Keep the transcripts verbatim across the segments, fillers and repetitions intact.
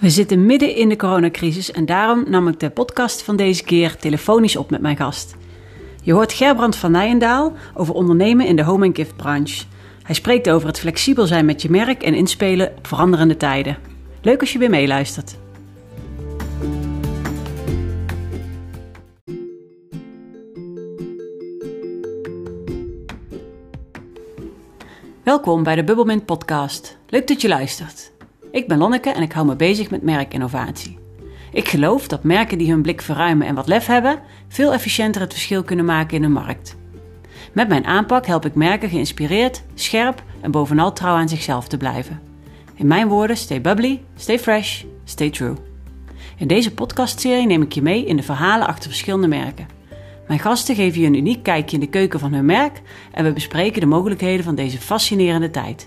We zitten midden in de coronacrisis en daarom nam ik de podcast van deze keer telefonisch op met mijn gast. Je hoort Gerbrand van Nijendaal over ondernemen in de home and gift branche. Hij spreekt over het flexibel zijn met je merk en inspelen op veranderende tijden. Leuk als je weer meeluistert. Welkom bij de Bubbelmint podcast. Leuk dat je luistert. Ik ben Lonneke en ik hou me bezig met merkinnovatie. Ik geloof dat merken die hun blik verruimen en wat lef hebben, veel efficiënter het verschil kunnen maken in hun markt. Met mijn aanpak help ik merken geïnspireerd, scherp en bovenal trouw aan zichzelf te blijven. In mijn woorden, stay bubbly, stay fresh, stay true. In deze podcastserie neem ik je mee in de verhalen achter verschillende merken. Mijn gasten geven je een uniek kijkje in de keuken van hun merk en we bespreken de mogelijkheden van deze fascinerende tijd.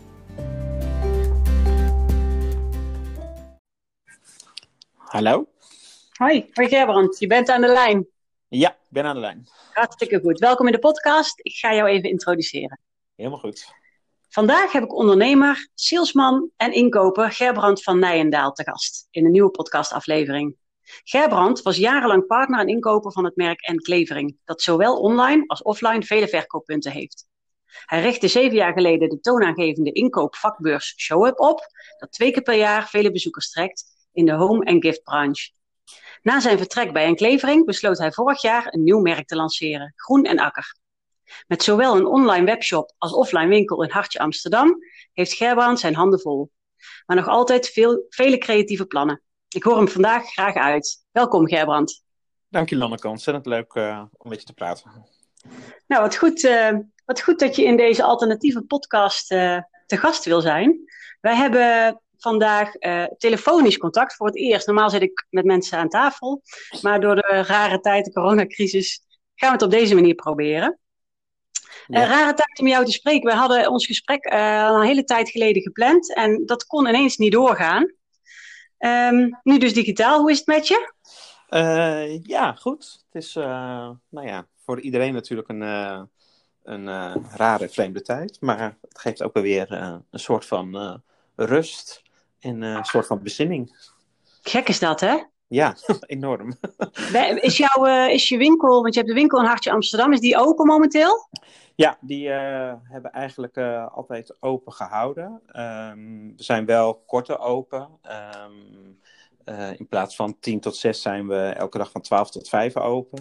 Hallo. Hoi, hoi Gerbrand, je bent aan de lijn. Ja, ik ben aan de lijn. Hartstikke goed. Welkom in de podcast. Ik ga jou even introduceren. Helemaal goed. Vandaag heb ik ondernemer, salesman en inkoper Gerbrand van Nijendaal te gast in een nieuwe podcastaflevering. Gerbrand was jarenlang partner en inkoper van het merk N Klevering, dat zowel online als offline vele verkooppunten heeft. Hij richtte zeven jaar geleden de toonaangevende inkoopvakbeurs Show Up op, dat twee keer per jaar vele bezoekers trekt in de home and gift branche. Na zijn vertrek bij N Klevering besloot hij vorig jaar een nieuw merk te lanceren, Groen en Akker. Met zowel een online webshop als offline winkel in Hartje Amsterdam heeft Gerbrand zijn handen vol. Maar nog altijd veel, vele creatieve plannen. Ik hoor hem vandaag graag uit. Welkom Gerbrand. Dank je Lonneke, ontzettend leuk uh, om met je te praten. Nou, wat goed, uh, wat goed dat je in deze alternatieve podcast uh, te gast wil zijn. Wij hebben vandaag uh, telefonisch contact voor het eerst. Normaal zit ik met mensen aan tafel. Maar door de rare tijd, de coronacrisis, gaan we het op deze manier proberen. Ja. Uh, rare tijd om jou te spreken. We hadden ons gesprek uh, al een hele tijd geleden gepland. En dat kon ineens niet doorgaan. Um, nu dus digitaal. Hoe is het met je? Uh, ja, goed. Het is uh, nou ja, voor iedereen natuurlijk een, uh, een uh, rare, vreemde tijd. Maar het geeft ook weer uh, een soort van uh, rust en uh, een soort van bezinning. Gek is dat, hè? Ja, enorm. Is, jouw, uh, is je winkel, want je hebt de winkel in Hartje Amsterdam, is die open momenteel? Ja, die uh, hebben eigenlijk uh, altijd open gehouden. Um, we zijn wel korter open. Um, uh, in plaats van tien tot zes zijn we elke dag van twaalf tot vijf open.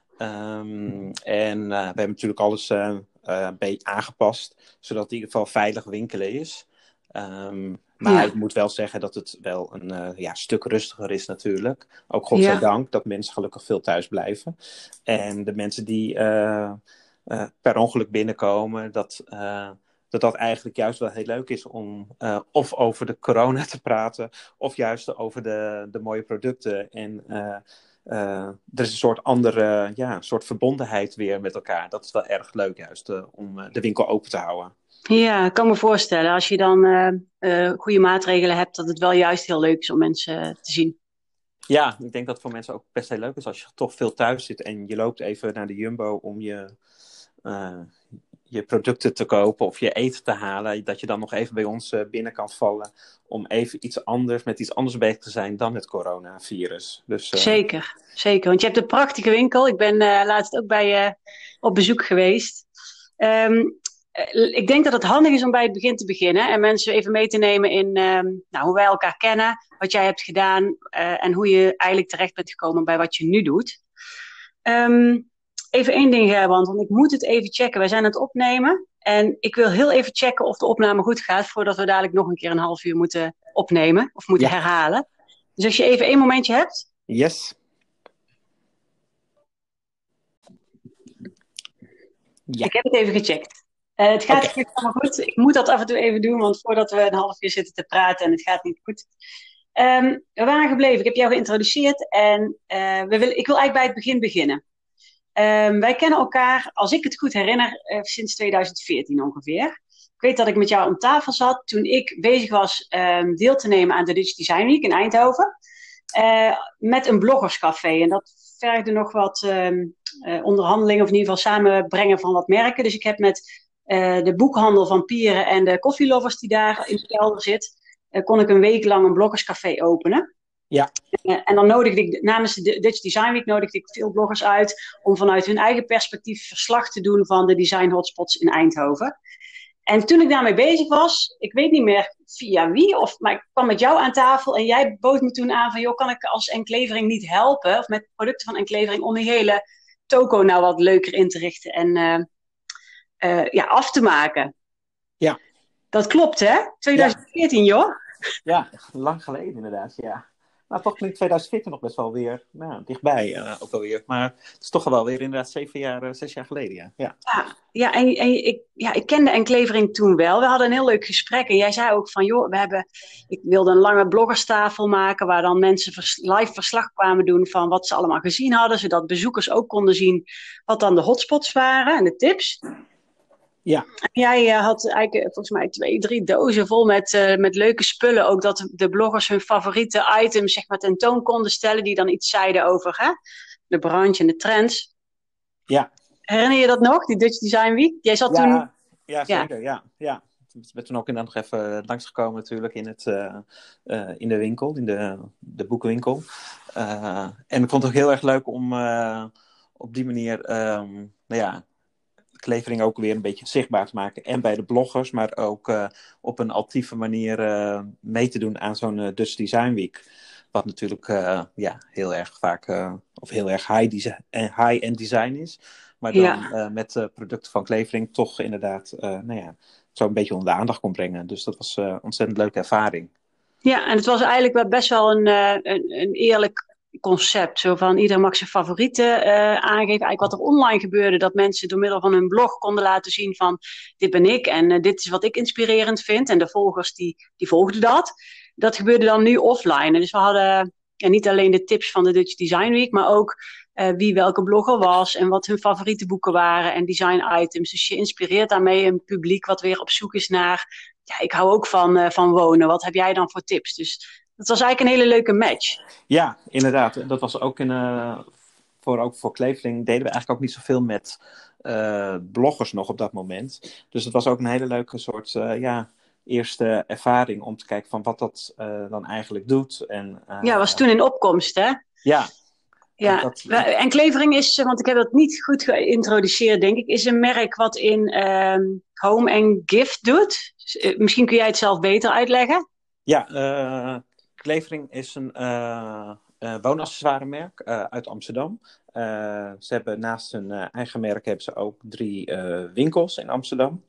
Um, en uh, we hebben natuurlijk alles uh, uh, een beetje aangepast, zodat het in ieder geval veilig winkelen is. Um, maar ja. Ik moet wel zeggen dat het wel een uh, ja, stuk rustiger is natuurlijk. Ook godzijdank ja. dat mensen gelukkig veel thuis blijven. En de mensen die uh, uh, per ongeluk binnenkomen, dat, uh, dat dat eigenlijk juist wel heel leuk is om uh, of over de corona te praten, of juist over de, de mooie producten. En uh, uh, er is een soort andere, ja, een soort verbondenheid weer met elkaar. Dat is wel erg leuk juist uh, om uh, de winkel open te houden. Ja, ik kan me voorstellen. Als je dan uh, uh, goede maatregelen hebt, dat het wel juist heel leuk is om mensen uh, te zien. Ja, ik denk dat het voor mensen ook best heel leuk is als je toch veel thuis zit en je loopt even naar de Jumbo om je, uh, je producten te kopen of je eten te halen. Dat je dan nog even bij ons uh, binnen kan vallen om even iets anders, met iets anders bezig te zijn dan het coronavirus. Dus, uh... Zeker, zeker. Want je hebt een prachtige winkel. Ik ben uh, laatst ook bij je uh, op bezoek geweest. Um, Ik denk dat het handig is om bij het begin te beginnen en mensen even mee te nemen in um, nou, hoe wij elkaar kennen, wat jij hebt gedaan uh, en hoe je eigenlijk terecht bent gekomen bij wat je nu doet. Um, even één ding, Gerbrand, want ik moet het even checken. Wij zijn aan het opnemen en ik wil heel even checken of de opname goed gaat voordat we dadelijk nog een keer een half uur moeten opnemen of moeten ja. herhalen. Dus als je even één momentje hebt. Yes. Ja. Ik heb het even gecheckt. Uh, het gaat okay. helemaal goed. Ik moet dat af en toe even doen, want voordat we een half uur zitten te praten en het gaat niet goed. Um, we waren gebleven. Ik heb jou geïntroduceerd en uh, we wil, ik wil eigenlijk bij het begin beginnen. Um, wij kennen elkaar, als ik het goed herinner, uh, sinds tweeduizend veertien ongeveer. Ik weet dat ik met jou om tafel zat toen ik bezig was um, deel te nemen aan de Dutch Design Week in Eindhoven. Uh, met een bloggerscafé. En dat vergde nog wat um, uh, onderhandelingen, of in ieder geval samenbrengen van wat merken. Dus ik heb met Uh, de boekhandel van Pieren en de koffielovers die daar in de kelder zit, uh, kon ik een week lang een bloggerscafé openen. Ja. Uh, en dan nodigde ik, namens de Dutch Design Week, nodigde ik veel bloggers uit om vanuit hun eigen perspectief verslag te doen van de design hotspots in Eindhoven. En toen ik daarmee bezig was, ik weet niet meer via wie, of, maar ik kwam met jou aan tafel en jij bood me toen aan van, joh, kan ik als Enclevering niet helpen, of met producten van Enclevering, om die hele toko nou wat leuker in te richten en uh, uh, ja, af te maken. Ja. Dat klopt, hè? twintig veertien, ja. Joh. Ja, lang geleden inderdaad, ja. Nou, toch klinkt twintig veertien nog best wel weer nou, dichtbij, uh, ook alweer. Maar het is toch wel weer inderdaad zeven jaar, uh, zes jaar geleden, ja. Ja, ja, ja en, en ik, ja, ik kende Enclevering toen wel. We hadden een heel leuk gesprek. En jij zei ook van, joh, we hebben... Ik wilde een lange bloggerstafel maken waar dan mensen vers, live verslag kwamen doen van wat ze allemaal gezien hadden. Zodat bezoekers ook konden zien wat dan de hotspots waren en de tips. Ja. Jij uh, had eigenlijk volgens mij twee, drie dozen vol met, uh, met leuke spullen. Ook dat de bloggers hun favoriete items zeg maar tentoon konden stellen. Die dan iets zeiden over hè? De branche en de trends. Ja. Herinner je dat nog, die Dutch Design Week? Jij zat ja, toen... Ja, zeker. Ja. Ja, ja. Ik ben toen ook inderdaad nog even langsgekomen natuurlijk in, het, uh, uh, in de winkel, in de, de boekenwinkel. Uh, en ik vond het ook heel erg leuk om uh, op die manier... Um, nou ja, Enclevering ook weer een beetje zichtbaar te maken. En bij de bloggers, maar ook uh, op een actieve manier uh, mee te doen aan zo'n uh, Dutch Design Week. Wat natuurlijk uh, ja, heel erg vaak, uh, of heel erg high desi- high-end design is. Maar dan ja. uh, met uh, producten van Enclevering toch inderdaad, uh, nou ja, zo een beetje onder de aandacht kon brengen. Dus dat was een uh, ontzettend leuke ervaring. Ja, en het was eigenlijk wel best wel een, uh, een, een eerlijk concept. Zo van ieder mag zijn favorieten uh, aangeven. Eigenlijk wat er online gebeurde. Dat mensen door middel van hun blog konden laten zien van dit ben ik en uh, dit is wat ik inspirerend vind. En de volgers die, die volgden dat. Dat gebeurde dan nu offline. En dus we hadden ja, niet alleen de tips van de Dutch Design Week. Maar ook uh, wie welke blogger was. En wat hun favoriete boeken waren. En design items. Dus je inspireert daarmee een publiek wat weer op zoek is naar... Ja, ik hou ook van, uh, van wonen. Wat heb jij dan voor tips? Dus... Dat was eigenlijk een hele leuke match. Ja, inderdaad. Dat was ook in, uh, voor, ook voor Enclevering deden we eigenlijk ook niet zoveel met uh, bloggers nog op dat moment. Dus het was ook een hele leuke soort uh, ja, eerste ervaring om te kijken van wat dat uh, dan eigenlijk doet. En, uh, ja, was toen in opkomst, hè? Ja. Ja, dat... Enclevering is, want ik heb dat niet goed geïntroduceerd, denk ik, is een merk wat in uh, home en gift doet. Dus, uh, misschien kun jij het zelf beter uitleggen? Ja, uh... Enclevering is een uh, uh, woonaccessoiremerk uh, uit Amsterdam. Uh, ze hebben naast hun uh, eigen merk hebben ze ook drie uh, winkels in Amsterdam.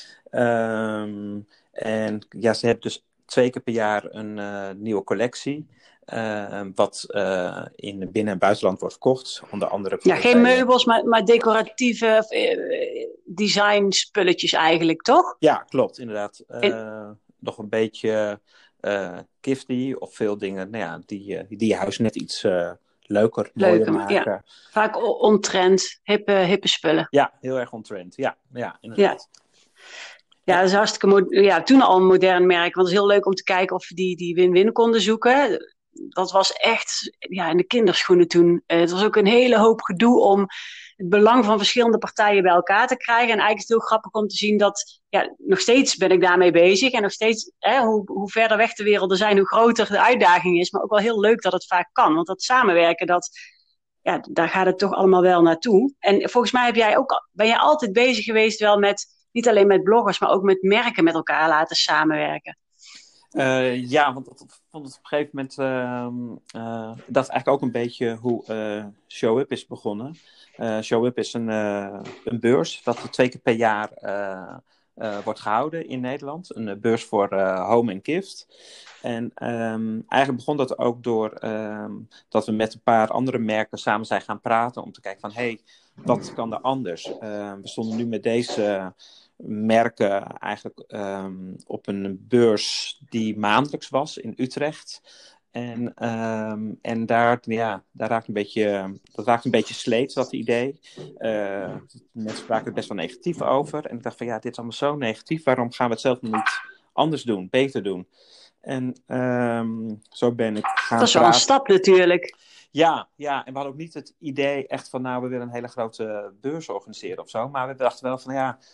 Um, en ja, ze hebben dus twee keer per jaar een uh, nieuwe collectie. Uh, wat uh, in binnen- en buitenland wordt verkocht. Onder andere. Ja, geen meubels, maar, maar decoratieve uh, design spulletjes eigenlijk, toch? Ja, klopt, inderdaad. Uh, en... Nog een beetje... Uh, gifty of veel dingen nou ja, die, uh, die je huis net iets uh, leuker, leuker mooier maken. Ja. Vaak on-trend, hippe, hippe spullen. Ja, heel erg on-trend. Ja, ja, inderdaad. Ja. Ja, dat is hartstikke mo- ja, toen al een modern merk. Want het is heel leuk om te kijken of we die, die win-win konden zoeken. Dat was echt ja, in de kinderschoenen toen. Uh, het was ook een hele hoop gedoe om het belang van verschillende partijen bij elkaar te krijgen. En eigenlijk is het heel grappig om te zien dat, ja, nog steeds ben ik daarmee bezig. En nog steeds, hè, hoe, hoe verder weg de werelden zijn, hoe groter de uitdaging is. Maar ook wel heel leuk dat het vaak kan. Want dat samenwerken, dat, ja, daar gaat het toch allemaal wel naartoe. En volgens mij heb jij ook, ben jij altijd bezig geweest wel met, niet alleen met bloggers, maar ook met merken met elkaar laten samenwerken. Uh, ja, want dat vond het op een gegeven moment... Uh, uh, dat is eigenlijk ook een beetje hoe uh, ShowUp is begonnen. Uh, ShowUp is een, uh, een beurs dat twee keer per jaar uh, uh, wordt gehouden in Nederland. Een beurs voor uh, home en gift. En um, eigenlijk begon dat ook door um, dat we met een paar andere merken samen zijn gaan praten om te kijken van, hé, hey, wat kan er anders? Uh, we stonden nu met deze merken eigenlijk um, op een beurs die maandelijks was in Utrecht. En, um, en daar, ja, daar raakte een beetje, dat raakte een beetje sleet, dat idee. Uh, mensen spraken er best wel negatief over. En ik dacht van, ja, dit is allemaal zo negatief. Waarom gaan we het zelf niet anders doen, beter doen? En um, zo ben ik gaan Dat is wel een stap natuurlijk. Ja, ja, en we hadden ook niet het idee echt van, nou, we willen een hele grote beurs organiseren of zo. Maar we dachten wel van, ja,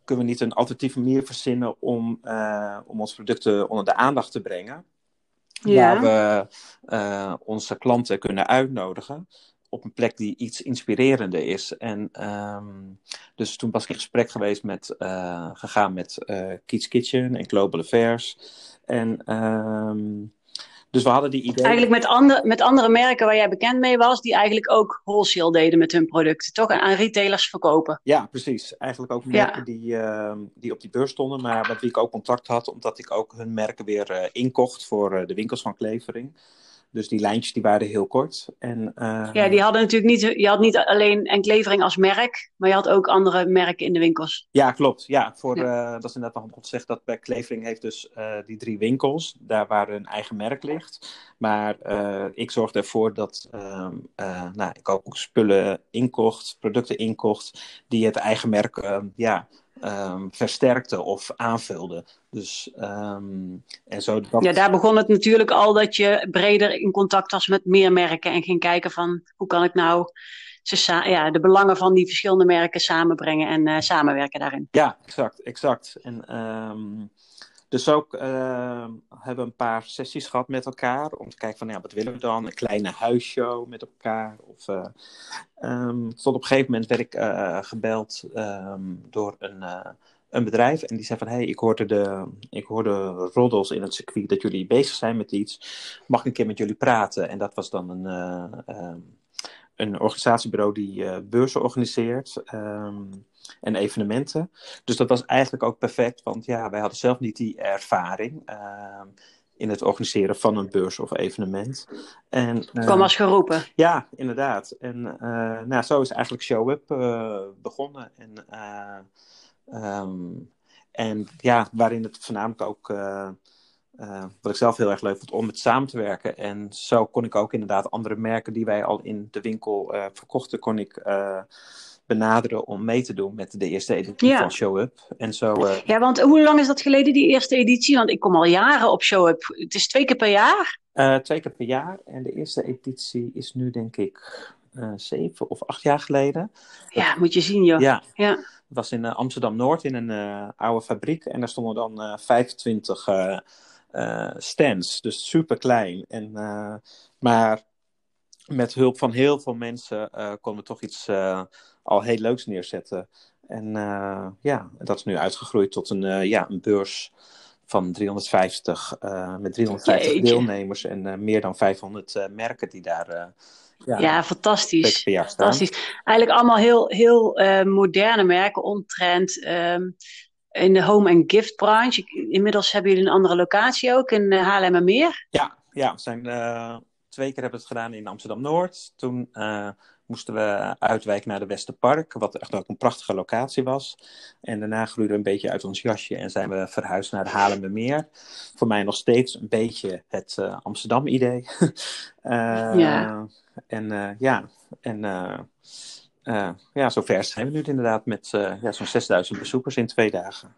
kunnen we niet een alternatieve manier verzinnen om, uh, om onze producten onder de aandacht te brengen. Ja. Waar we uh, onze klanten kunnen uitnodigen op een plek die iets inspirerender is. En um, dus toen was ik in gesprek geweest met, uh, gegaan met uh, Kids Kitchen en Global Affairs. En um, dus we hadden die idee. Eigenlijk met, ander, met andere merken waar jij bekend mee was, die eigenlijk ook wholesale deden met hun producten, toch? En aan retailers verkopen. Ja, precies. Eigenlijk ook merken ja. die, uh, die op die beurs stonden, maar met wie ik ook contact had, omdat ik ook hun merken weer uh, inkocht voor uh, de winkels van Klevering. Dus die lijntjes die waren heel kort. En, uh... Ja, die hadden natuurlijk niet, je had niet alleen en Klevering als merk, maar je had ook andere merken in de winkels. Ja, klopt. Ja, voor, ja. Uh, dat is inderdaad nog goed gezegd dat bij Klevering heeft dus uh, die drie winkels, daar waar hun eigen merk ligt. Maar uh, ik zorgde ervoor dat uh, uh, nou, ik ook spullen inkocht, producten inkocht, die het eigen merk uh, ja, um, versterkte of aanvulde. Dus, um, en zo dat... Ja, daar begon het natuurlijk al dat je breder in contact was met meer merken en ging kijken van hoe kan ik nou ze sa- ja, de belangen van die verschillende merken samenbrengen en uh, samenwerken daarin. Ja, exact, exact. En um, dus ook uh, hebben we een paar sessies gehad met elkaar om te kijken van ja, wat willen we dan? Een kleine huisshow met elkaar. Of, uh, um, tot op een gegeven moment werd ik uh, gebeld um, door een... Uh, een bedrijf en die zei van, hé, hey, ik hoorde de, ik hoorde roddels in het circuit dat jullie bezig zijn met iets. Mag ik een keer met jullie praten? En dat was dan een, uh, uh, een organisatiebureau die uh, beurzen organiseert um, en evenementen. Dus dat was eigenlijk ook perfect, want ja, wij hadden zelf niet die ervaring uh, in het organiseren van een beurs of evenement. En, uh, kwam als geroepen. Ja, inderdaad. En uh, nou, zo is eigenlijk Show Up uh, begonnen. En uh, Um, en ja, waarin het voornamelijk ook, uh, uh, wat ik zelf heel erg leuk vond, om met samen te werken. En zo kon ik ook inderdaad andere merken die wij al in de winkel uh, verkochten, kon ik uh, benaderen om mee te doen met de eerste editie ja. van Show Up. En zo, uh... Ja, want hoe lang is dat geleden, die eerste editie? Want ik kom al jaren op Show Up. Het is twee keer per jaar? Uh, twee keer per jaar. En de eerste editie is nu denk ik uh, zeven of acht jaar geleden. Ja, dat... moet je zien joh. Ja. ja. Het was in uh, Amsterdam-Noord in een uh, oude fabriek. En daar stonden dan uh, vijfentwintig uh, uh, stands. Dus super klein. En, uh, maar met hulp van heel veel mensen uh, konden we toch iets uh, al heel leuks neerzetten. En uh, ja, dat is nu uitgegroeid tot een, uh, ja, een beurs van driehonderdvijftig, uh, met driehonderdvijftig Jeetje. deelnemers. En uh, meer dan vijfhonderd uh, merken die daar... Uh, Ja, ja, fantastisch. fantastisch. Eigenlijk allemaal heel, heel uh, moderne merken omtrent um, in de home- en giftbranche. Inmiddels hebben jullie een andere locatie ook in uh, Haarlemmermeer. Ja, ja, we zijn uh, twee keer hebben we het gedaan in Amsterdam-Noord. Toen uh, moesten we uitwijken naar de Westerpark, wat echt ook een prachtige locatie was. En daarna groeiden we een beetje uit ons jasje en zijn we verhuisd naar de Haarlemmermeer. Voor mij nog steeds een beetje het uh, Amsterdam-idee. uh, ja. En uh, ja, en uh, uh, ja, zover zijn we nu inderdaad met uh, ja, zo'n zesduizend bezoekers in twee dagen.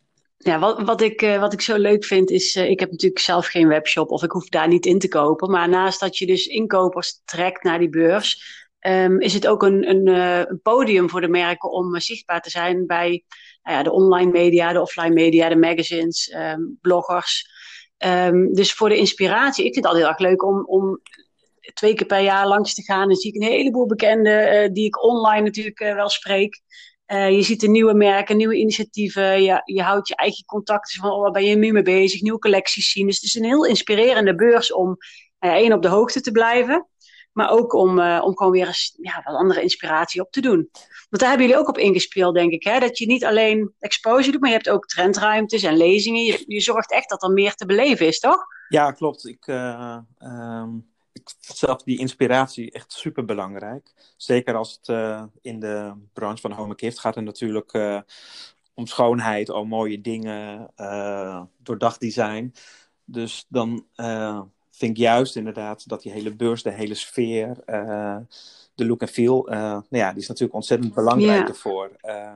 Ja, wat, wat, ik, uh, wat ik zo leuk vind is, uh, ik heb natuurlijk zelf geen webshop of ik hoef daar niet in te kopen. Maar naast dat je dus inkopers trekt naar die beurs, um, is het ook een, een, uh, een podium voor de merken om uh, zichtbaar te zijn bij nou ja, de online media, de offline media, de magazines, um, bloggers. Um, dus voor de inspiratie, ik vind het altijd heel erg leuk om... om twee keer per jaar langs te gaan. Dan zie ik een heleboel bekenden uh, die ik online natuurlijk uh, wel spreek. Uh, je ziet de nieuwe merken, nieuwe initiatieven. Je, je houdt je eigen contacten van, oh, waar ben je nu mee bezig? Nieuwe collecties zien. Dus het is een heel inspirerende beurs om uh, één op de hoogte te blijven. Maar ook om, uh, om gewoon weer eens ja, wat andere inspiratie op te doen. Want daar hebben jullie ook op ingespeeld, denk ik. Hè? Dat je niet alleen exposure doet, maar je hebt ook trendruimtes en lezingen. Je, je zorgt echt dat er meer te beleven is, toch? Ja, klopt. Ik... Uh, um... Ik vind zelf die inspiratie echt super belangrijk. Zeker als het uh, in de branche van home and gift gaat. En natuurlijk uh, om schoonheid, al mooie dingen, uh, doordacht design. Dus dan uh, vind ik juist inderdaad dat die hele beurs, de hele sfeer, uh, de look en feel, uh, nou ja, die is natuurlijk ontzettend belangrijk yeah. ervoor. Uh,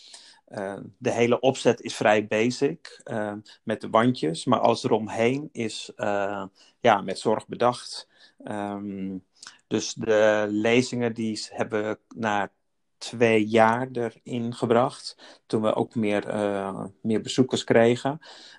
Uh, de hele opzet is vrij basic, uh, met de wandjes, maar alles eromheen is uh, ja, met zorg bedacht. Um, dus de lezingen die hebben naar twee jaar erin gebracht. Toen we ook meer, uh, meer bezoekers kregen.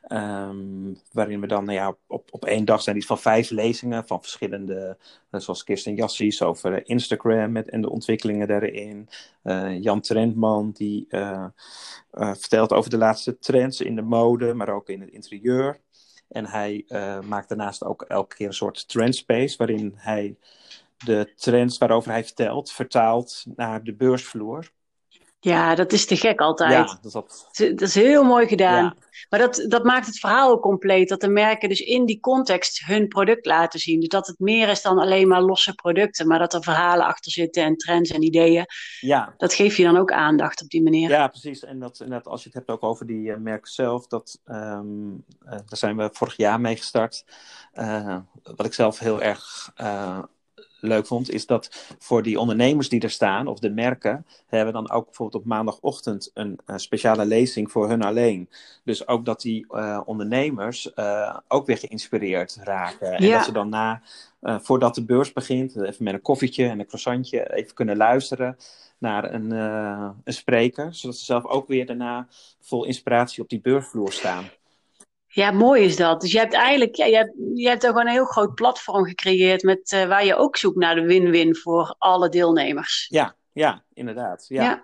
Um, waarin we dan, nou ja, op, op één dag zijn iets van vijf lezingen van verschillende, uh, zoals Kirsten Jassies over Instagram met, en de ontwikkelingen daarin. Uh, Jan Trentman, die uh, uh, vertelt over de laatste trends in de mode, maar ook in het interieur. En hij uh, maakt daarnaast ook elke keer een soort trendspace, waarin hij de trends waarover hij vertelt, vertaalt naar de beursvloer. Ja, dat is te gek altijd. Ja, dat, dat... dat is heel mooi gedaan. Ja. Maar dat, dat maakt het verhaal ook compleet. Dat de merken dus in die context hun product laten zien. Dus dat het meer is dan alleen maar losse producten. Maar dat er verhalen achter zitten en trends en ideeën. Ja. Dat geeft je dan ook aandacht op die manier. Ja, precies. En dat, en dat als je het hebt ook over die uh, merken zelf. Dat, um, uh, daar zijn we vorig jaar mee gestart. Uh, wat ik zelf heel erg... Uh, leuk vond, is dat voor die ondernemers die er staan, of de merken, hebben we dan ook bijvoorbeeld op maandagochtend een, een speciale lezing voor hun alleen. Dus ook dat die uh, ondernemers uh, ook weer geïnspireerd raken. Ja. En dat ze dan na, uh, voordat de beurs begint, even met een koffietje en een croissantje, even kunnen luisteren naar een, uh, een spreker, zodat ze zelf ook weer daarna vol inspiratie op die beursvloer staan. Ja, mooi is dat. Dus je hebt eigenlijk, ja, je hebt, je hebt ook een heel groot platform gecreëerd met, uh, waar je ook zoekt naar de win-win voor alle deelnemers. Ja, ja, inderdaad. Ja. ja.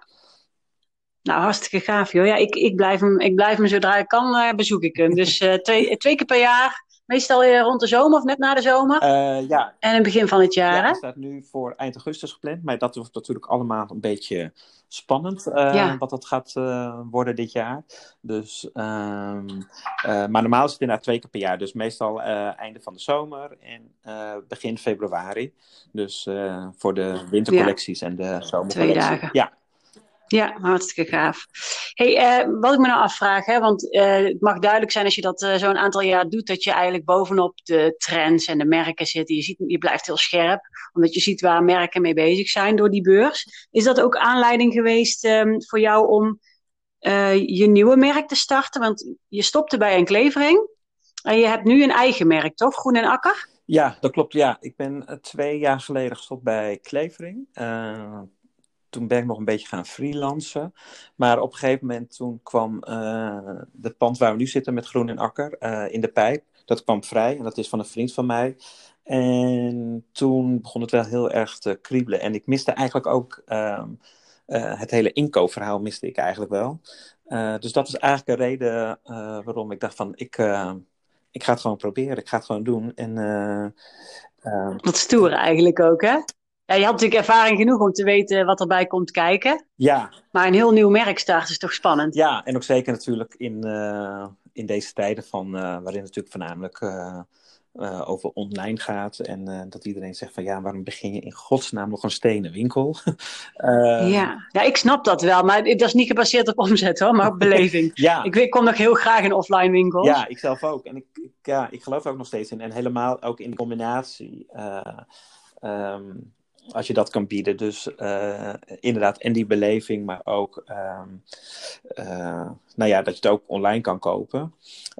Nou, hartstikke gaaf, joh. Ja, ik, ik, blijf hem, ik blijf hem zodra ik kan, uh, bezoek ik hem. Dus uh, twee, twee keer per jaar, meestal uh, rond de zomer of net na de zomer. Uh, ja. En in het begin van het jaar, ja, hè? Het staat nu voor eind augustus gepland, maar dat wordt natuurlijk allemaal een beetje spannend, uh, ja. wat dat gaat uh, worden dit jaar. Dus, uh, uh, maar normaal is het inderdaad twee keer per jaar, dus meestal uh, einde van de zomer en uh, begin februari. Dus uh, voor de wintercollecties ja. en de zomercollecties. Twee dagen. Ja. Ja, hartstikke gaaf. Hey, uh, wat ik me nou afvraag, hè, want uh, het mag duidelijk zijn als je dat uh, zo'n aantal jaar doet, dat je eigenlijk bovenop de trends en de merken zit. Je, ziet, je blijft heel scherp, omdat je ziet waar merken mee bezig zijn door die beurs. Is dat ook aanleiding geweest um, voor jou om uh, je nieuwe merk te starten? Want je stopte bij een Klevering en je hebt nu een eigen merk, toch? Groen en Akker? Ja, dat klopt. Ja, ik ben uh, twee jaar geleden gestopt bij Klevering. Uh, Toen ben ik nog een beetje gaan freelancen. Maar op een gegeven moment toen kwam uh, het pand waar we nu zitten met Groen en Akker uh, in de pijp. Dat kwam vrij en dat is van een vriend van mij. En toen begon het wel heel erg te kriebelen. En ik miste eigenlijk ook uh, uh, het hele inkoopverhaal miste ik eigenlijk wel. Uh, dus dat is eigenlijk een reden uh, waarom ik dacht van ik, uh, ik ga het gewoon proberen. Ik ga het gewoon doen. En, uh, uh, Wat stoer eigenlijk ook, hè? Ja, je had natuurlijk ervaring genoeg om te weten wat erbij komt kijken. Ja. Maar een heel nieuw merk starten is toch spannend? Ja, en ook zeker natuurlijk in, uh, in deze tijden van, uh, waarin het natuurlijk voornamelijk uh, uh, over online gaat. En uh, dat iedereen zegt van ja, waarom begin je in godsnaam nog een stenen winkel? uh, ja. ja, ik snap dat wel. Maar dat is niet gebaseerd op omzet hoor, maar op beleving. ja. Ik, ik kom nog heel graag in offline winkels. Ja, ik zelf ook. En ik, ik, ja, ik geloof er ook nog steeds in. En helemaal ook in de combinatie. Uh, um, Als je dat kan bieden. Dus uh, inderdaad, en die beleving, maar ook um, uh, nou ja, dat je het ook online kan kopen.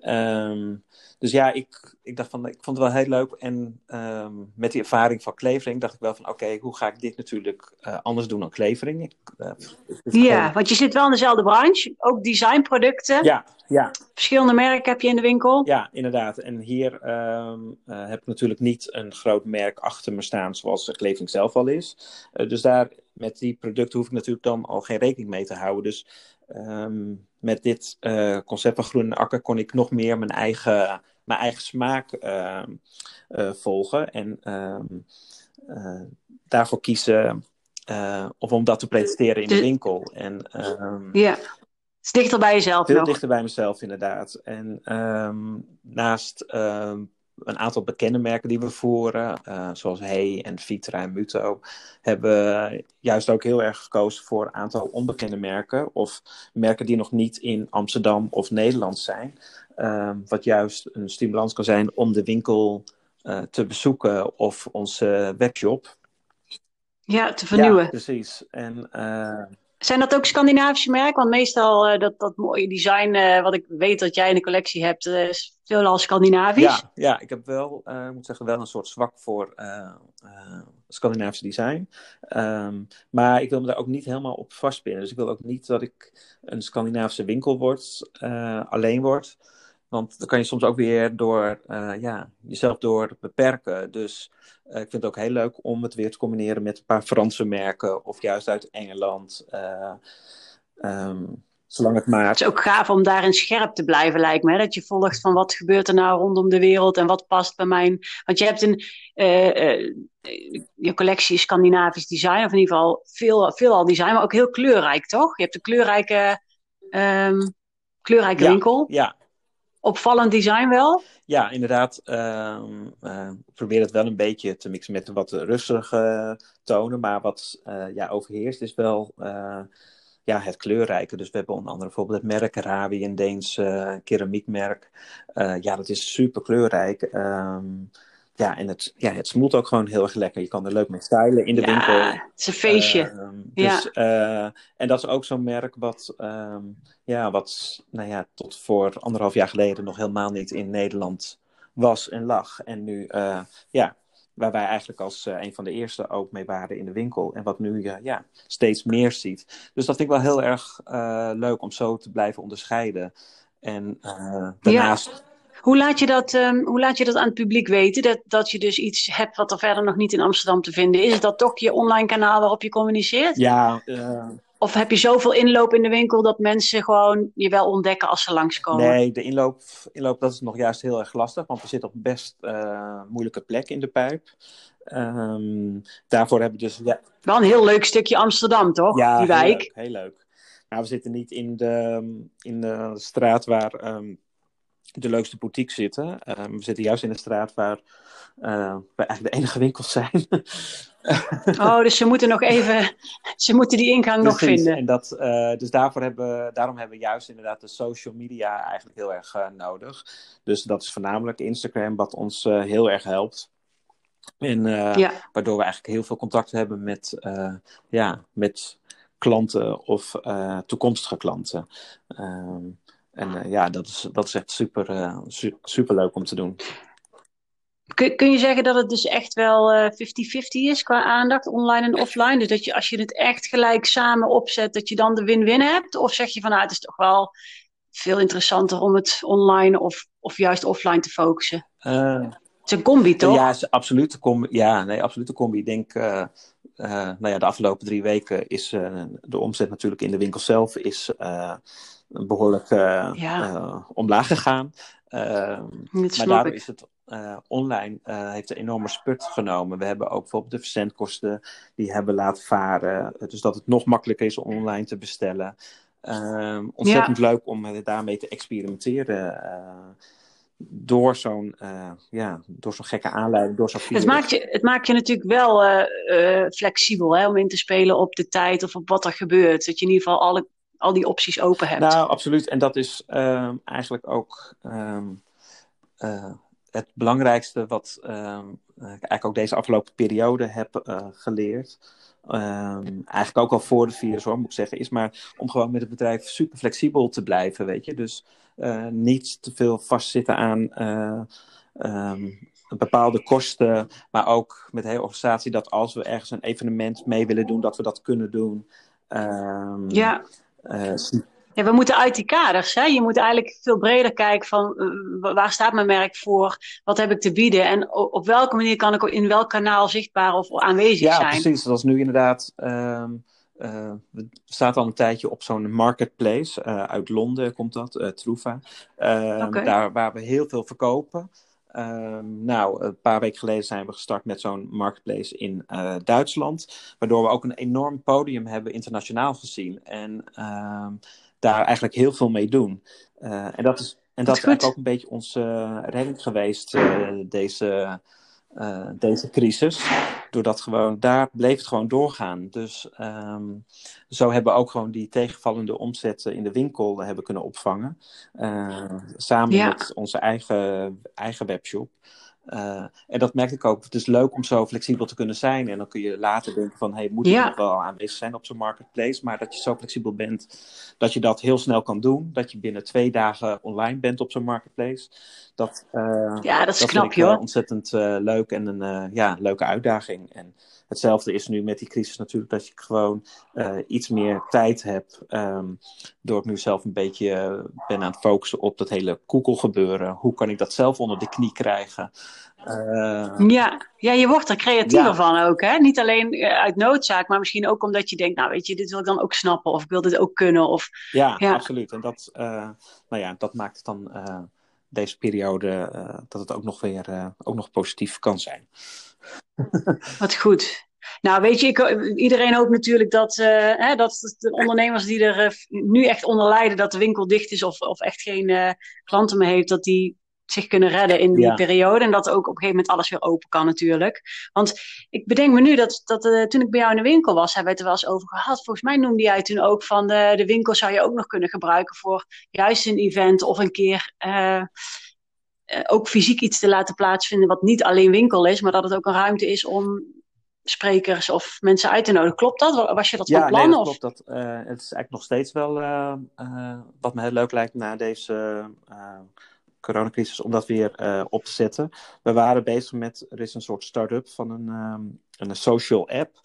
Um, dus ja, ik, ik dacht van, ik vond het wel heel leuk. En um, met die ervaring van Klevering dacht ik wel van, oké, okay, hoe ga ik dit natuurlijk uh, anders doen dan Klevering? Ik, uh, ja, gewoon... want je zit wel in dezelfde branche. Ook designproducten. Ja, ja. Verschillende merken heb je in de winkel. Ja, inderdaad. En hier um, uh, heb ik natuurlijk niet een groot merk achter me staan zoals Klevering zelf al is. Uh, dus daar, met die producten hoef ik natuurlijk dan al geen rekening mee te houden. Dus um, met dit uh, concept van Groen en Akker kon ik nog meer mijn eigen, mijn eigen smaak uh, uh, volgen. En um, uh, daarvoor kiezen uh, of om dat te presenteren in de winkel. En, um, ja. Het is dichter bij jezelf Veel nog. dichter bij mezelf, inderdaad. En um, naast um, een aantal bekende merken die we voeren, uh, zoals Hey en Vitra en Muto, hebben we juist ook heel erg gekozen voor een aantal onbekende merken. Of merken die nog niet in Amsterdam of Nederland zijn. Um, wat juist een stimulans kan zijn om de winkel uh, te bezoeken of onze webshop. Ja, te vernieuwen. Ja, precies. En... Uh, Zijn dat ook Scandinavische merken? Want meestal uh, dat, dat mooie design, uh, wat ik weet dat jij in de collectie hebt, uh, is veelal Scandinavisch. Ja, ja, ik heb wel, uh, ik moet zeggen, wel een soort zwak voor uh, uh, Scandinavische design. Um, maar ik wil me daar ook niet helemaal op vastpinnen. Dus ik wil ook niet dat ik een Scandinavische winkel word, uh, alleen word. Want dan kan je soms ook weer door uh, ja, jezelf door beperken. Dus uh, ik vind het ook heel leuk om het weer te combineren met een paar Franse merken. Of juist uit Engeland. Uh, um, zolang het maar... Het is ook gaaf om daarin scherp te blijven, lijkt me. Hè? Dat je volgt van wat gebeurt er nou rondom de wereld en wat past bij mijn... Want je hebt een... Uh, uh, je collectie is Scandinavisch design. Of in ieder geval veel, veel al design. Maar ook heel kleurrijk, toch? Je hebt een kleurrijke, um, kleurrijke ja, winkel. Ja. Opvallend design wel. Ja, inderdaad. Uh, uh, ik probeer het wel een beetje te mixen met wat rustige tonen. Maar wat uh, ja, overheerst is wel uh, ja, het kleurrijke. Dus we hebben onder andere bijvoorbeeld het merk Ravi, een Deens uh, keramiekmerk. Uh, ja, dat is super kleurrijk. Um, ja, en het, ja, het smoelt ook gewoon heel erg lekker. Je kan er leuk mee stylen in de ja, winkel. Ja, het is een feestje. Uh, dus, ja. uh, en dat is ook zo'n merk wat... Um, Ja, wat nou ja, tot voor anderhalf jaar geleden nog helemaal niet in Nederland was en lag. En nu, uh, ja, waar wij eigenlijk als uh, een van de eerste ook mee waren in de winkel. En wat nu uh, ja, steeds meer ziet. Dus dat vind ik wel heel erg uh, leuk om zo te blijven onderscheiden. En uh, daarnaast... Ja. Hoe laat je dat, um, hoe laat je dat aan het publiek weten? Dat, dat je dus iets hebt wat er verder nog niet in Amsterdam te vinden is? Is dat toch je online kanaal waarop je communiceert? Ja, uh... Of heb je zoveel inloop in de winkel dat mensen gewoon je wel ontdekken als ze langskomen? Nee, de inloop, inloop dat is nog juist heel erg lastig. Want we zitten op best uh, moeilijke plek in de pijp. Um, daarvoor hebben we dus... Ja... Wel een heel leuk stukje Amsterdam, toch? Ja, die wijk. Heel leuk, heel leuk. Nou, we zitten niet in de, in de straat waar um, de leukste boutiques zitten. Um, we zitten juist in de straat waar, uh, waar eigenlijk de enige winkels zijn. Oh, dus ze moeten nog even... Ze moeten die ingang Precies, nog vinden. En dat, uh, dus daarvoor hebben, daarom hebben we juist inderdaad de social media eigenlijk heel erg uh, nodig. Dus dat is voornamelijk Instagram wat ons uh, heel erg helpt. En, uh, ja. Waardoor we eigenlijk heel veel contact hebben met, uh, ja, met klanten of uh, toekomstige klanten. Um, en uh, ja, dat is, dat is echt super, uh, su- super leuk om te doen. Kun, kun je zeggen dat het dus echt wel uh, vijftig vijftig is qua aandacht, online en offline? Dus dat je als je het echt gelijk samen opzet, dat je dan de win-win hebt? Of zeg je van nou, het is toch wel veel interessanter om het online of, of juist offline te focussen? Uh, het is een combi, toch? Ja, absoluut een combi. Ja, nee, absoluut een combi. Ik denk, uh, uh, nou ja, de afgelopen drie weken is uh, de omzet natuurlijk in de winkel zelf is uh, behoorlijk uh, ja. uh, omlaag gegaan. Uh, maar daardoor is het uh, online uh, heeft een enorme spurt genomen. We hebben ook bijvoorbeeld de verzendkosten die hebben laten varen. Dus dat het nog makkelijker is om online te bestellen. Uh, ontzettend ja. leuk om uh, daarmee te experimenteren. Uh, Door zo'n, uh, ja, door zo'n gekke aanleiding, door zo'n virus. Het maakt je, het maakt je natuurlijk wel uh, uh, flexibel, hè, om in te spelen op de tijd of op wat er gebeurt. Dat je in ieder geval alle, al die opties open hebt. Nou, absoluut. En dat is uh, eigenlijk ook um, uh, het belangrijkste wat uh, ik eigenlijk ook deze afgelopen periode heb uh, geleerd. Um, eigenlijk ook al voor de virus, hoor, moet ik zeggen, is maar om gewoon met het bedrijf super flexibel te blijven, weet je. Dus uh, niet te veel vastzitten aan uh, um, bepaalde kosten, maar ook met de hele organisatie dat als we ergens een evenement mee willen doen, dat we dat kunnen doen. Um, ja. Uh, Ja, we moeten uit die kaders. Hè? Je moet eigenlijk veel breder kijken van uh, waar staat mijn merk voor? Wat heb ik te bieden? En op, op welke manier kan ik in welk kanaal zichtbaar of aanwezig ja, zijn? Ja, precies. Dat is nu inderdaad... Uh, uh, we staan al een tijdje op zo'n marketplace. Uh, uit Londen komt dat, uh, Truva. Uh, okay. Daar waar we heel veel verkopen. Uh, nou, een paar weken geleden zijn we gestart met zo'n marketplace in uh, Duitsland. Waardoor we ook een enorm podium hebben internationaal gezien. En... Uh, daar eigenlijk heel veel mee doen. Uh, en dat is, en dat is eigenlijk ook een beetje onze uh, redding geweest, uh, deze, uh, deze crisis. Doordat gewoon, daar bleef het gewoon doorgaan. Dus um, zo hebben we ook gewoon die tegenvallende omzetten in de winkel hebben kunnen opvangen. Uh, samen ja. met onze eigen, eigen webshop. Uh, en dat merkte ik ook. Het is leuk om zo flexibel te kunnen zijn. En dan kun je later denken van, hey, moet ik Ja. nog wel aanwezig zijn op zo'n marketplace? Maar dat je zo flexibel bent, dat je dat heel snel kan doen. Dat je binnen twee dagen online bent op zo'n marketplace. Dat, uh, ja, dat is dat knap, vind ik uh, joh. ontzettend uh, leuk en een uh, ja, leuke uitdaging. En hetzelfde is nu met die crisis natuurlijk, dat je gewoon uh, iets meer tijd hebt. Um, door ik nu zelf een beetje uh, ben aan het focussen op dat hele Google gebeuren. Hoe kan ik dat zelf onder de knie krijgen? Uh, ja. ja, je wordt er creatiever ja. van ook, hè? Niet alleen uh, uit noodzaak, maar misschien ook omdat je denkt, nou weet je, dit wil ik dan ook snappen of ik wil dit ook kunnen. Of, ja, ja, absoluut. En dat, uh, nou ja, dat maakt het dan uh, deze periode uh, dat het ook nog weer uh, ook nog positief kan zijn. Wat goed. Nou, weet je, ik, iedereen hoopt natuurlijk dat, uh, hè, dat de ondernemers die er uh, nu echt onder lijden dat de winkel dicht is of, of echt geen uh, klanten meer heeft, dat die zich kunnen redden in die ja. periode. En dat ook op een gegeven moment alles weer open kan natuurlijk. Want ik bedenk me nu dat, dat uh, toen ik bij jou in de winkel was, hebben we het er wel eens over gehad. Volgens mij noemde jij toen ook van de, de winkel zou je ook nog kunnen gebruiken voor juist een event of een keer... Uh, Uh, ook fysiek iets te laten plaatsvinden wat niet alleen winkel is, maar dat het ook een ruimte is om sprekers of mensen uit te nodigen. Klopt dat? Was je dat ja, van plan? Ja, nee, dat of? klopt. Dat, uh, het is eigenlijk nog steeds wel uh, uh, wat me heel leuk lijkt na deze uh, coronacrisis om dat weer uh, op te zetten. We waren bezig met, er is een soort start-up van een, um, een social app.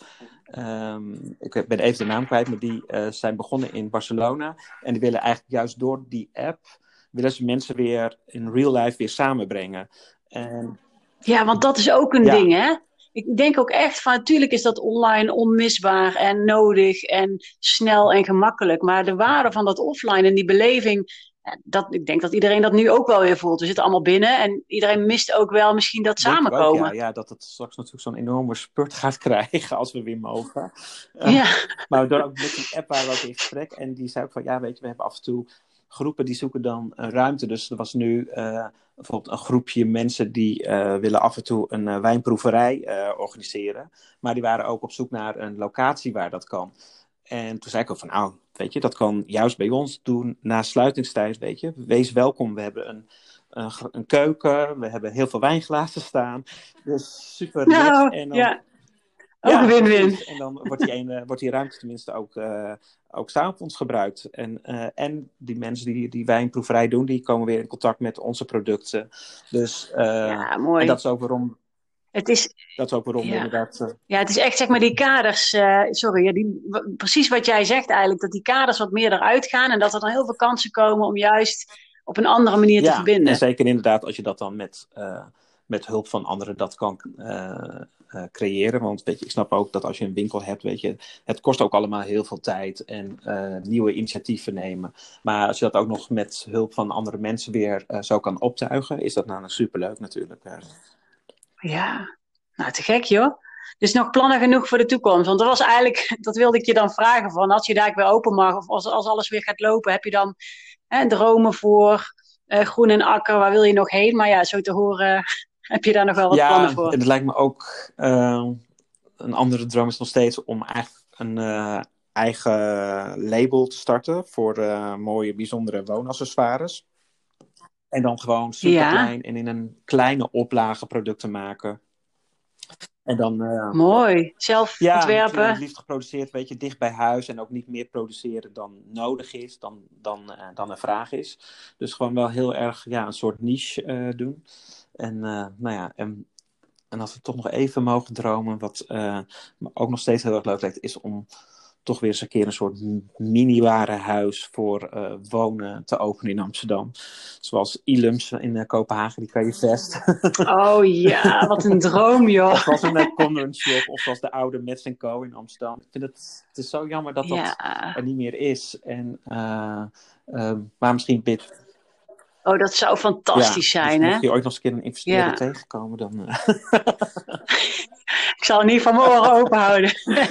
Um, ik ben even de naam kwijt, maar die uh, zijn begonnen in Barcelona. En die willen eigenlijk juist door die app willen ze mensen weer in real life weer samenbrengen. En, ja, want dat is ook een ja. ding, hè? Ik denk ook echt van, natuurlijk is dat online onmisbaar en nodig en snel en gemakkelijk. Maar de waarde van dat offline en die beleving, dat, ik denk dat iedereen dat nu ook wel weer voelt. We zitten allemaal binnen en iedereen mist ook wel misschien dat denk samenkomen. Ook, ja. ja, dat het straks natuurlijk zo'n enorme spurt gaat krijgen als we weer mogen. Uh, ja. Maar door ook met die app waren we ook in gesprek en die zei ook van, ja, weet je, we hebben af en toe groepen die zoeken dan een ruimte. Dus er was nu uh, bijvoorbeeld een groepje mensen die uh, willen af en toe een uh, wijnproeverij uh, organiseren. Maar die waren ook op zoek naar een locatie waar dat kan. En toen zei ik ook van, nou, weet je, dat kan juist bij ons doen na sluitingstijd, weet je. Wees welkom, we hebben een, een, een keuken, we hebben heel veel wijnglazen staan. Dus super Nou, en dan, ja. Ook ja, win-win. precies. En dan wordt die, ene, wordt die ruimte tenminste ook, uh, ook 's avonds gebruikt. En, uh, en die mensen die die wijnproeverij doen, die komen weer in contact met onze producten. Dus, uh, ja, mooi. En dat is ook waarom... Het is, dat is ook waarom ja. inderdaad... Uh... Ja, het is echt zeg maar die kaders, uh, sorry, ja, die, w- precies wat jij zegt eigenlijk, dat die kaders wat meer eruit gaan en dat er dan heel veel kansen komen om juist op een andere manier ja, te verbinden. En zeker inderdaad als je dat dan met, uh, met hulp van anderen dat kan uh, uh, creëren. Want weet je, ik snap ook dat als je een winkel hebt, weet je, het kost ook allemaal heel veel tijd en uh, nieuwe initiatieven nemen. Maar als je dat ook nog met hulp van andere mensen weer uh, zo kan optuigen, is dat nou superleuk natuurlijk. Uh. Ja, nou te gek joh. Dus nog plannen genoeg voor de toekomst. Want dat was eigenlijk, dat wilde ik je dan vragen van, als je daar weer open mag of als, als alles weer gaat lopen, heb je dan hè, dromen voor uh, Groen en Akker, waar wil je nog heen? Maar ja, zo te horen, heb je daar nog wel wat ja, plannen voor? Ja, het lijkt me ook, uh, een andere droom is nog steeds om eigenlijk een uh, eigen label te starten voor uh, mooie, bijzondere woonaccessoires. En dan gewoon super klein ja. en in een kleine oplage producten maken. En dan, uh, Mooi, zelf ja, ontwerpen. Ja, het liefst geproduceerd, weet je, dicht bij huis. En ook niet meer produceren dan nodig is, dan, dan, uh, dan een vraag is. Dus gewoon wel heel erg ja, een soort niche uh, doen. En uh, nou ja, en, en als we toch nog even mogen dromen, wat uh, me ook nog steeds heel erg leuk lijkt, is om toch weer eens een keer een soort mini-warenhuis voor uh, wonen te openen in Amsterdam. Zoals Ilums in uh, Kopenhagen, die kan je vest. Oh ja, wat een droom joh. Of zoals een uh, Convent Shop, of zoals de oude Mets en Co in Amsterdam. Ik vind het, het is zo jammer dat dat ja. er niet meer is. En, uh, uh, maar misschien bit. Oh, dat zou fantastisch ja, zijn, dus hè? mocht je ooit nog eens een keer een investeerder ja. tegenkomen, dan... Uh... Ik zal in ieder geval mijn oren open houden.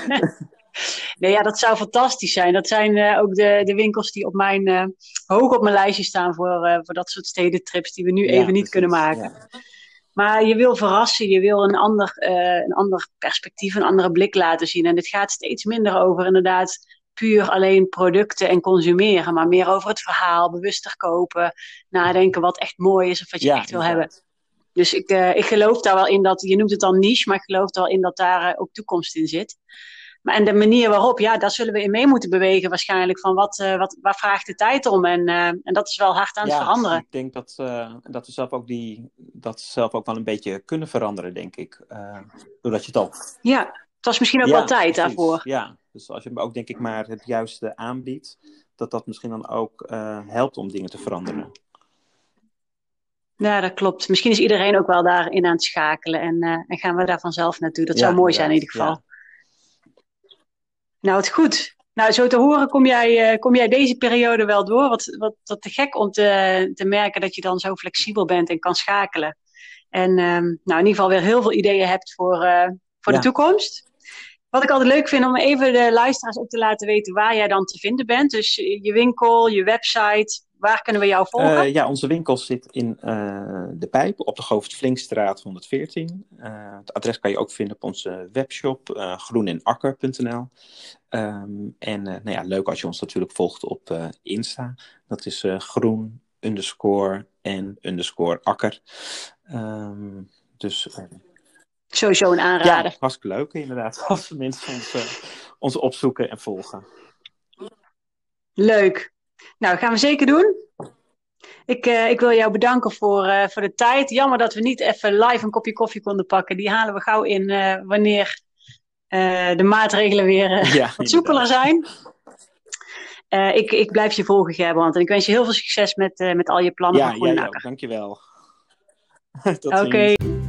Nee, ja, dat zou fantastisch zijn. Dat zijn uh, ook de, de winkels die op mijn, uh, hoog op mijn lijstje staan voor, uh, voor dat soort stedentrips die we nu ja, even niet precies, kunnen maken. Ja. Maar je wil verrassen, je wil een ander, uh, een ander perspectief, een andere blik laten zien. En het gaat steeds minder over inderdaad puur alleen producten en consumeren, maar meer over het verhaal, bewuster kopen, nadenken wat echt mooi is of wat je ja, echt wil inderdaad. hebben. Dus ik, uh, ik geloof daar wel in dat, je noemt het dan niche, maar ik geloof er wel in dat daar uh, ook toekomst in zit. Maar en de manier waarop, ja, daar zullen we in mee moeten bewegen waarschijnlijk. Van wat, uh, wat, waar vraagt de tijd om? En, uh, en dat is wel hard aan ja, het veranderen. Ik denk dat, uh, dat we zelf ook, die, dat zelf ook wel een beetje kunnen veranderen, denk ik. Uh, doordat je het al... Ja, het was misschien ook ja, wel tijd precies. daarvoor. Ja, dus als je hem ook, denk ik, maar het juiste aanbiedt, dat dat misschien dan ook uh, helpt om dingen te veranderen. Ja, dat klopt. Misschien is iedereen ook wel daarin aan het schakelen. En, uh, en gaan we daar vanzelf naartoe. Dat ja, zou mooi inderdaad. zijn in ieder geval. Ja. Nou, het goed. Nou, zo te horen kom jij, uh, kom jij deze periode wel door. Wat, wat, wat te gek om te, te merken dat je dan zo flexibel bent en kan schakelen. En um, nou, in ieder geval weer heel veel ideeën hebt voor, uh, voor ja. de toekomst. Wat ik altijd leuk vind om even de luisteraars ook te laten weten waar jij dan te vinden bent. Dus je winkel, je website, waar kunnen we jou volgen? Uh, ja, onze winkel zit in uh, De Pijp op de Govert-Flinkstraat honderdveertien. Uh, het adres kan je ook vinden op onze webshop uh, groenenakker punt n l. Um, en uh, nou ja, leuk als je ons natuurlijk volgt op uh, Insta. Dat is uh, groen underscore en underscore akker. Um, dus... Uh, Sowieso een aanrader. Ja, hartstikke leuk inderdaad. Als mensen ons, uh, ons opzoeken en volgen. Leuk. Nou, dat gaan we zeker doen. Ik, uh, ik wil jou bedanken voor, uh, voor de tijd. Jammer dat we niet even live een kopje koffie konden pakken. Die halen we gauw in uh, wanneer uh, de maatregelen weer uh, ja, wat soepeler zijn. Uh, ik, ik blijf je volgen, Gerbrand. En ik wens je heel veel succes met, uh, met al je plannen ja, van Groene Ja, Akker. dankjewel. Oké. Okay.